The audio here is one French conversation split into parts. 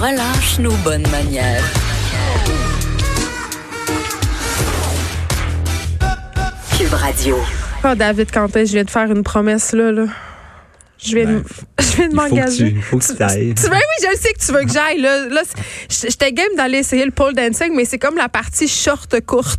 relâche nos bonnes manières. Cube Radio. Ah, David Quentin, je viens de faire une promesse là. Je viens de m'engager. Il faut que tu ailles. Oui, je sais que tu veux que j'aille. Là, j'étais game d'aller essayer le pole dancing, mais c'est comme la partie short courte.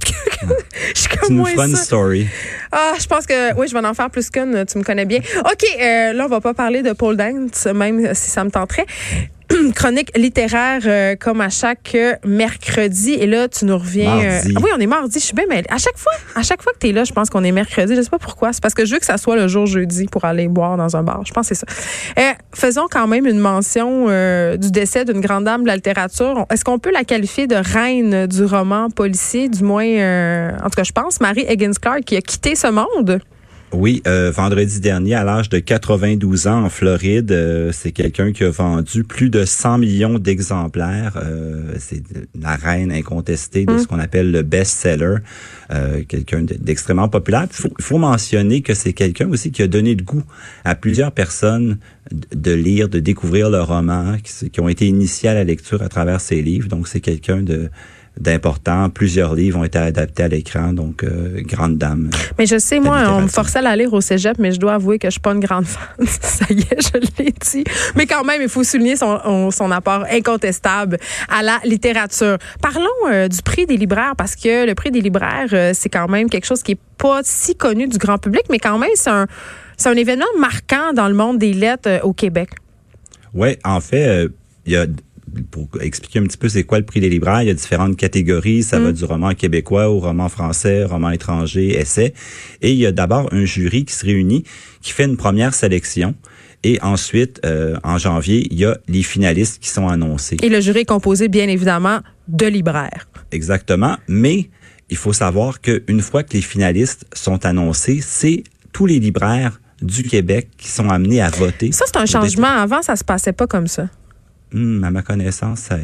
Je suis comme Tu nous moins feras une ça. story. Ah, je pense que oui, je vais en faire plus qu'une. Tu me connais bien. OK, là, on va pas parler de pole dance, même si ça me tenterait. Chronique littéraire comme à chaque mercredi. Et là, tu nous reviens. Mardi. Oui, on est mardi. Je suis bien mêlée. À chaque fois que tu es là, je pense qu'on est mercredi. Je sais pas pourquoi. C'est parce que je veux que ça soit le jour jeudi pour aller boire dans un bar. Je pense que c'est ça. Faisons quand même une mention du décès d'une grande dame de la littérature. Est-ce qu'on peut la qualifier de reine du roman policier? Du moins, en tout cas, je pense. Mary Higgins Clark qui a quitté ce monde. Oui, vendredi dernier, à l'âge de 92 ans en Floride, c'est quelqu'un qui a vendu plus de 100 millions d'exemplaires. C'est la reine incontestée de ce qu'on appelle le best-seller, quelqu'un d'extrêmement populaire. Il faut mentionner que c'est quelqu'un aussi qui a donné le goût à plusieurs personnes de lire, de découvrir le roman, qui ont été initiés à la lecture à travers ses livres. Donc, c'est quelqu'un d'important. Plusieurs livres ont été adaptés à l'écran, donc grande dame. Mais je sais, moi, on me forçait à la lire au cégep, mais je dois avouer que je suis pas une grande fan. Ça y est, je l'ai dit. Mais quand même, il faut souligner son apport incontestable à la littérature. Parlons du prix des libraires, parce que le prix des libraires, c'est quand même quelque chose qui est pas si connu du grand public, mais quand même, c'est un événement marquant dans le monde des lettres au Québec. Oui, en fait, il y a... Pour expliquer un petit peu c'est quoi le prix des libraires, il y a différentes catégories. Ça va du roman québécois au roman français, roman étranger, essai. Et il y a d'abord un jury qui se réunit, qui fait une première sélection. Et ensuite, en janvier, il y a les finalistes qui sont annoncés. Et le jury est composé, bien évidemment, de libraires. Exactement. Mais il faut savoir qu'une fois que les finalistes sont annoncés, c'est tous les libraires du Québec qui sont amenés à voter. Ça, c'est un changement. Avant, ça se passait pas comme ça. À ma connaissance, ça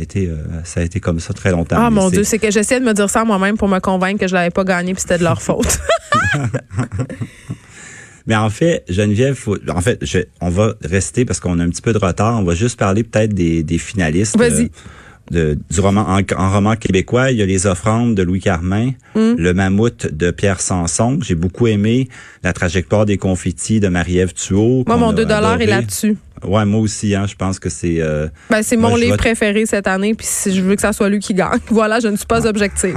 a été comme ça très longtemps. Ah, mon Dieu, c'est que j'essaie de me dire ça moi-même pour me convaincre que je l'avais pas gagné puis c'était de leur faute. Mais en fait, Geneviève, on va rester parce qu'on a un petit peu de retard. On va juste parler peut-être des finalistes. Vas-y. Du roman en roman québécois, il y a Les Offrandes de Louis Carmin, Le Mammouth de Pierre Sanson. J'ai beaucoup aimé La trajectoire des confettis de Marie-Ève Thuot. Moi, mon 2$ est là-dessus. Ouais, moi aussi, je pense que c'est... c'est mon livre préféré cette année, puis si je veux que ça soit lui qui gagne. Voilà, je ne suis pas objective.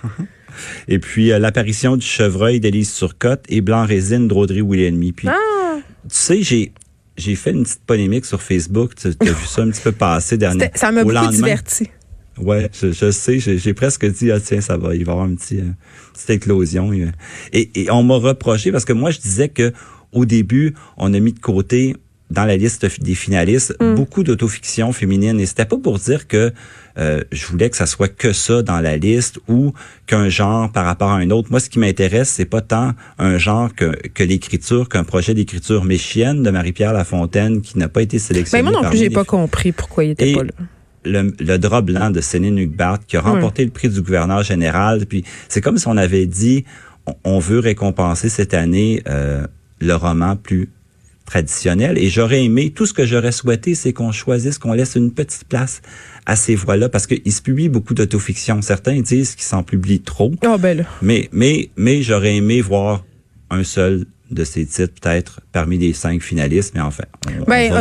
Et puis, L'apparition du chevreuil d'Élise Turcotte et Blanc Résine d'Audrey Wilhelmy. Puis, tu sais, j'ai fait une petite polémique sur Facebook. Tu as vu ça un petit peu passer dernièrement. Ça m'a beaucoup diverti. Ouais, je sais. J'ai presque dit, tiens, ça va, il va y avoir une petite éclosion. Et on m'a reproché parce que moi, je disais que au début, on a mis de côté dans la liste des finalistes beaucoup d'autofiction féminine. Et c'était pas pour dire que je voulais que ça soit que ça dans la liste ou qu'un genre par rapport à un autre. Moi, ce qui m'intéresse, c'est pas tant un genre que l'écriture, qu'un projet d'écriture. Mais Chienne de Marie-Pierre Lafontaine qui n'a pas été sélectionné. Mais moi non plus, j'ai pas compris pourquoi il était pas là. Le drap blanc de Céline Hugbert qui a remporté le prix du gouverneur général. Puis c'est comme si on avait dit, on veut récompenser cette année le roman plus traditionnel. Et j'aurais aimé, tout ce que j'aurais souhaité, c'est qu'on choisisse, qu'on laisse une petite place à ces voix-là, parce qu'il se publie beaucoup d'autofiction. Certains disent qu'ils s'en publient trop. Oh ben là. Mais j'aurais aimé voir un seul de ces titres, peut-être, parmi les 5 finalistes, mais enfin, on va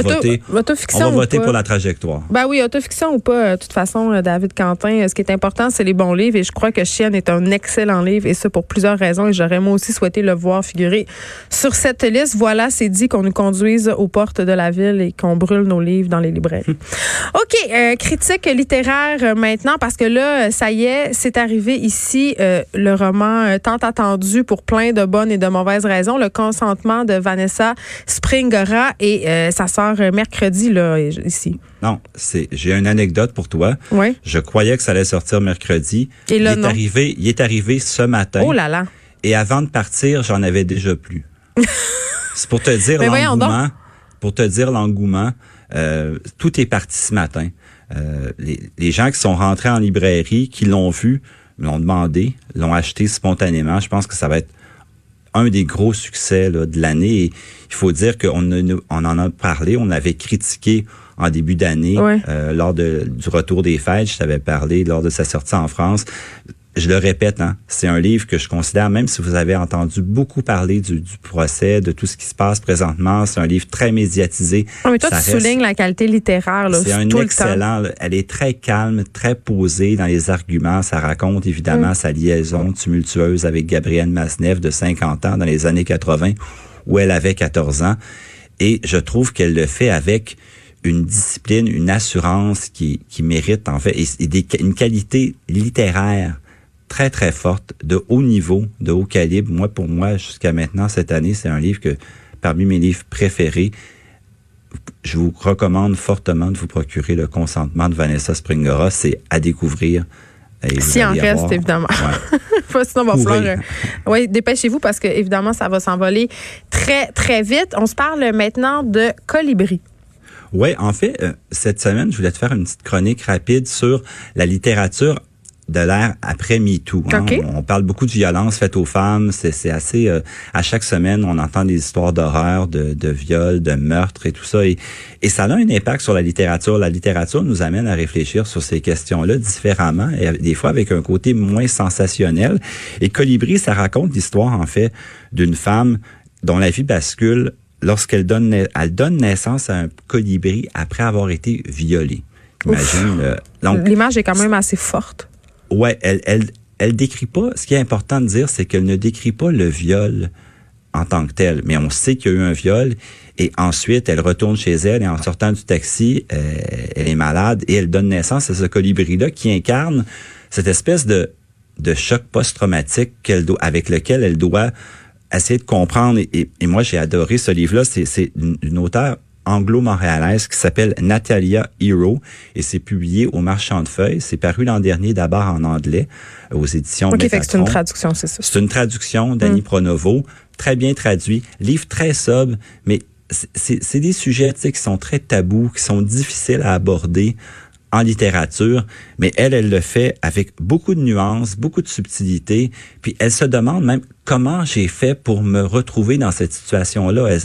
voter pour la trajectoire. Ben oui, autofiction ou pas, de toute façon, David Quentin, ce qui est important, c'est les bons livres, et je crois que Chienne est un excellent livre, et ça pour plusieurs raisons, et j'aurais moi aussi souhaité le voir figurer sur cette liste. Voilà, c'est dit qu'on nous conduise aux portes de la ville et qu'on brûle nos livres dans les librairies. OK, critique littéraire maintenant, parce que là, ça y est, c'est arrivé ici, le roman tant attendu pour plein de bonnes et de mauvaises raisons, Le Consentement de Vanessa Springora, et ça sort mercredi là ici. Non, j'ai une anecdote pour toi. Oui. Je croyais que ça allait sortir mercredi. Et là, il est arrivé ce matin. Oh là là. Et avant de partir, j'en avais déjà plus. C'est pour te dire l'engouement. Pour te dire l'engouement, tout est parti ce matin. Les gens qui sont rentrés en librairie, qui l'ont vu, l'ont demandé, l'ont acheté spontanément. Je pense que ça va être un des gros succès là, de l'année. Et il faut dire qu'on en a parlé, on avait critiqué en début d'année, lors du retour des fêtes, je t'avais parlé lors de sa sortie en France. Je le répète, c'est un livre que je considère, même si vous avez entendu beaucoup parler du procès, de tout ce qui se passe présentement, c'est un livre très médiatisé. Mais toi, tu soulignes la qualité littéraire, là, c'est un tout excellent. Le temps. Elle est très calme, très posée dans les arguments. Ça raconte évidemment sa liaison tumultueuse avec Gabrielle Masnev de 50 ans dans les années 80, où elle avait 14 ans. Et je trouve qu'elle le fait avec une discipline, une assurance qui mérite, en fait, une qualité littéraire très, très forte, de haut niveau, de haut calibre. Pour moi, jusqu'à maintenant, cette année, c'est un livre que, parmi mes livres préférés, je vous recommande fortement de vous procurer Le Consentement de Vanessa Springora. C'est à découvrir. Si en reste, évidemment. Ouais. Sinon, va falloir. Oui, dépêchez-vous parce que, évidemment, ça va s'envoler très, très vite. On se parle maintenant de Colibri. Oui, en fait, cette semaine, je voulais te faire une petite chronique rapide sur la littérature de l'ère après MeToo. Okay. On parle beaucoup de violence faite aux femmes. C'est assez... à chaque semaine, on entend des histoires d'horreur, de viol, de meurtre et tout ça. Et ça a un impact sur la littérature. La littérature nous amène à réfléchir sur ces questions-là différemment, et des fois avec un côté moins sensationnel. Et Colibri, ça raconte l'histoire, en fait, d'une femme dont la vie bascule lorsqu'elle donne naissance à un colibri après avoir été violée. Imagine. Donc, l'image est quand même assez forte. Ouais, elle décrit pas. Ce qui est important de dire, c'est qu'elle ne décrit pas le viol en tant que tel. Mais on sait qu'il y a eu un viol. Et ensuite, elle retourne chez elle et en sortant du taxi, elle est malade et elle donne naissance à ce colibri-là qui incarne cette espèce de choc post-traumatique avec lequel elle doit essayer de comprendre. Et moi, j'ai adoré ce livre-là. C'est une auteure anglo-montréalaise qui s'appelle Natalia Hero et c'est publié au Marchand de Feuilles. C'est paru l'an dernier d'abord en anglais aux éditions Métatron. Fait que c'est une traduction, c'est ça. C'est une traduction d'Annie Pronovo, très bien traduit. Livre très sobre, mais c'est des sujets qui sont très tabous, qui sont difficiles à aborder en littérature, mais elle le fait avec beaucoup de nuances, beaucoup de subtilité, puis elle se demande même comment j'ai fait pour me retrouver dans cette situation-là.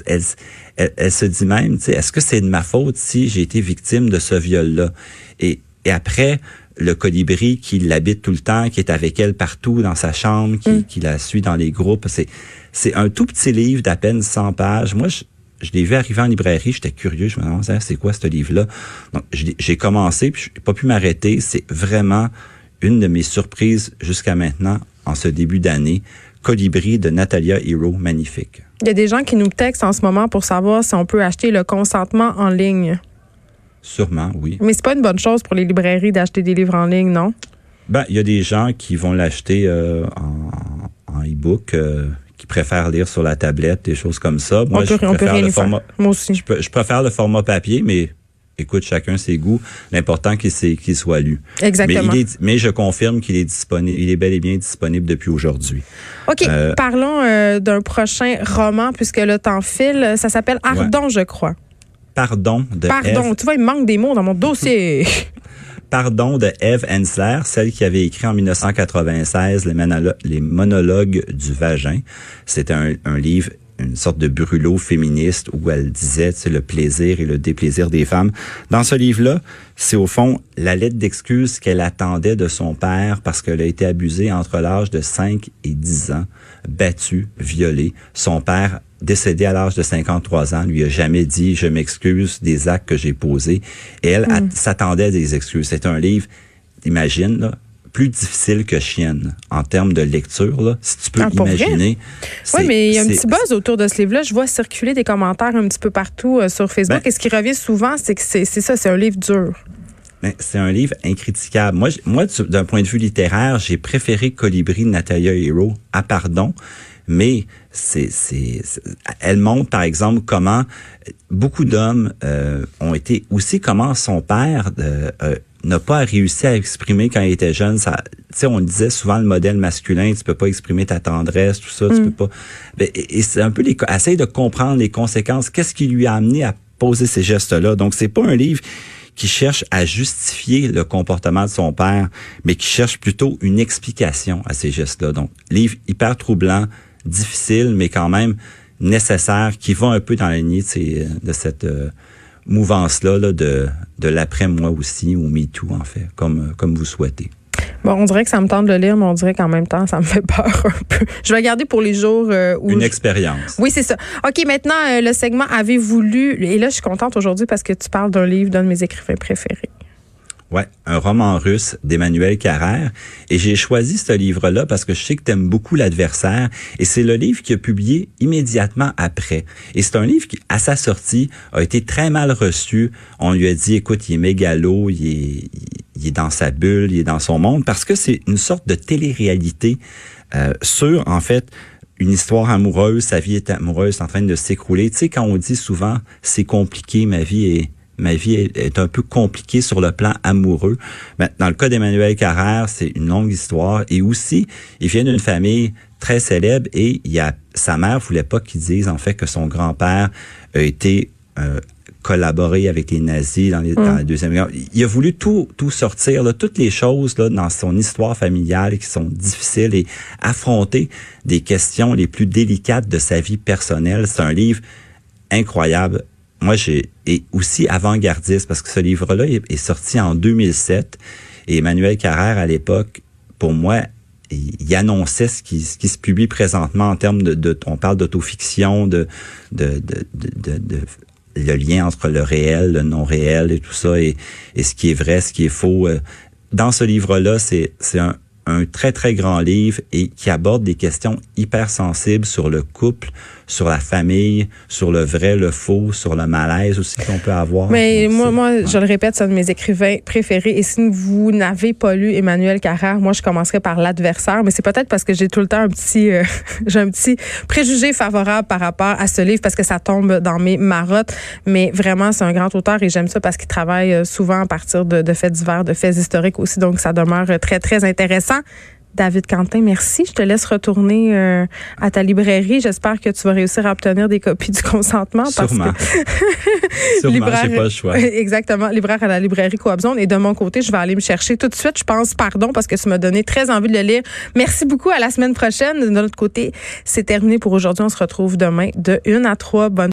Elle se dit même, est-ce que c'est de ma faute si j'ai été victime de ce viol-là? Et après, le colibri qui l'habite tout le temps, qui est avec elle partout dans sa chambre, qui la suit dans les groupes, c'est un tout petit livre d'à peine 100 pages. Moi, je l'ai vu arriver en librairie, j'étais curieux, je me demandais c'est quoi ce livre-là. Donc j'ai commencé, puis je n'ai pas pu m'arrêter. C'est vraiment une de mes surprises jusqu'à maintenant en ce début d'année. Colibri de Natalia Hero, magnifique. Il y a des gens qui nous textent en ce moment pour savoir si on peut acheter Le Consentement en ligne. Sûrement, oui. Mais c'est pas une bonne chose pour les librairies d'acheter des livres en ligne, non? Il y a des gens qui vont l'acheter en e-book, qui préfèrent lire sur la tablette, des choses comme ça. Moi, je préfère le format. Moi aussi. Je préfère le format papier, mais écoute, chacun ses goûts. L'important qu'il soit lu. Exactement. Mais je confirme qu'il est disponible. Il est bel et bien disponible depuis aujourd'hui. OK. Parlons d'un prochain roman, puisque le temps file. Ça s'appelle Ardon, je crois. Pardon. Tu vois, il me manque des mots dans mon dossier. Pardon de Eve Ensler, celle qui avait écrit en 1996 les monologues du vagin. C'était un livre, une sorte de brûlot féministe où elle disait le plaisir et le déplaisir des femmes. Dans ce livre-là, c'est au fond la lettre d'excuse qu'elle attendait de son père parce qu'elle a été abusée entre l'âge de 5 et 10 ans, battue, violée. Son père, décédé à l'âge de 53 ans, lui a jamais dit « je m'excuse des actes que j'ai posés ». Et elle s'attendait à des excuses. C'est un livre, imagine, là, plus difficile que Chienne en termes de lecture, là, si tu peux imaginer. Oui, mais il y a un petit buzz autour de ce livre-là. Je vois circuler des commentaires un petit peu partout sur Facebook. Et ce qui revient souvent, c'est que c'est un livre dur. C'est un livre incritiquable. Moi, d'un point de vue littéraire, j'ai préféré Colibri de Natalia Hero à Pardon. Mais elle montre, par exemple, comment beaucoup d'hommes ont été aussi, comment son père n'a pas réussi à exprimer quand il était jeune. Ça, on disait souvent le modèle masculin, tu peux pas exprimer ta tendresse, tout ça, tu peux pas. Et c'est un peu essaye de comprendre les conséquences. Qu'est-ce qui lui a amené à poser ces gestes-là? Donc, c'est pas un livre qui cherche à justifier le comportement de son père, mais qui cherche plutôt une explication à ces gestes-là. Donc, livre hyper troublant, difficile, mais quand même nécessaire, qui va un peu dans la lignée de cette mouvance-là là, de l'après-moi aussi, ou MeToo, en fait, comme vous souhaitez. Bon, on dirait que ça me tente de le lire, mais on dirait qu'en même temps, ça me fait peur un peu. Je vais garder pour les jours où... Une expérience. Oui, c'est ça. OK, maintenant, le segment « Avez-vous lu ?» Et là, je suis contente aujourd'hui parce que tu parles d'un livre d'un de mes écrivains préférés. Ouais, un roman russe d'Emmanuel Carrère. Et j'ai choisi ce livre-là parce que je sais que tu aimes beaucoup L'Adversaire. Et c'est le livre qu'il a publié immédiatement après. Et c'est un livre qui, à sa sortie, a été très mal reçu. On lui a dit, écoute, il est mégalo, il est dans sa bulle, il est dans son monde. Parce que c'est une sorte de télé-réalité sur, en fait, une histoire amoureuse. Sa vie est amoureuse, en train de s'écrouler. Tu sais, quand on dit souvent, c'est compliqué, ma vie est un peu compliquée sur le plan amoureux. Mais dans le cas d'Emmanuel Carrère, c'est une longue histoire. Et aussi, il vient d'une famille très célèbre et sa mère voulait pas qu'il dise, en fait, que son grand-père a été collaboré avec les nazis dans la Deuxième Guerre. Il a voulu tout sortir, là, toutes les choses là, dans son histoire familiale qui sont difficiles et affronter des questions les plus délicates de sa vie personnelle. C'est un livre incroyable. Moi, et aussi avant-gardiste, parce que ce livre-là est sorti en 2007. Et Emmanuel Carrère, à l'époque, pour moi, il annonçait ce qui se publie présentement en termes on parle d'autofiction, de le lien entre le réel, le non réel et tout ça, et ce qui est vrai, ce qui est faux. Dans ce livre-là, c'est un très, très grand livre et qui aborde des questions hyper sensibles sur le couple, sur la famille, sur le vrai, le faux, sur le malaise aussi qu'on peut avoir. Mais donc, moi, je le répète, c'est un de mes écrivains préférés. Et si vous n'avez pas lu Emmanuel Carrère, moi, je commencerai par L'Adversaire. Mais c'est peut-être parce que j'ai tout le temps j'ai un petit préjugé favorable par rapport à ce livre parce que ça tombe dans mes marottes. Mais vraiment, c'est un grand auteur et j'aime ça parce qu'il travaille souvent à partir de faits divers, de faits historiques aussi. Donc, ça demeure très, très intéressant. David Quentin, merci. Je te laisse retourner à ta librairie. J'espère que tu vas réussir à obtenir des copies du consentement. Sûrement. Parce que Sûrement, j'ai pas le choix. Exactement. Libraire à la librairie Coop Zone. Et de mon côté, je vais aller me chercher tout de suite. Je pense, pardon, parce que tu m'as donné très envie de le lire. Merci beaucoup. À la semaine prochaine. De notre côté, c'est terminé pour aujourd'hui. On se retrouve demain de 1 à 3. Bonne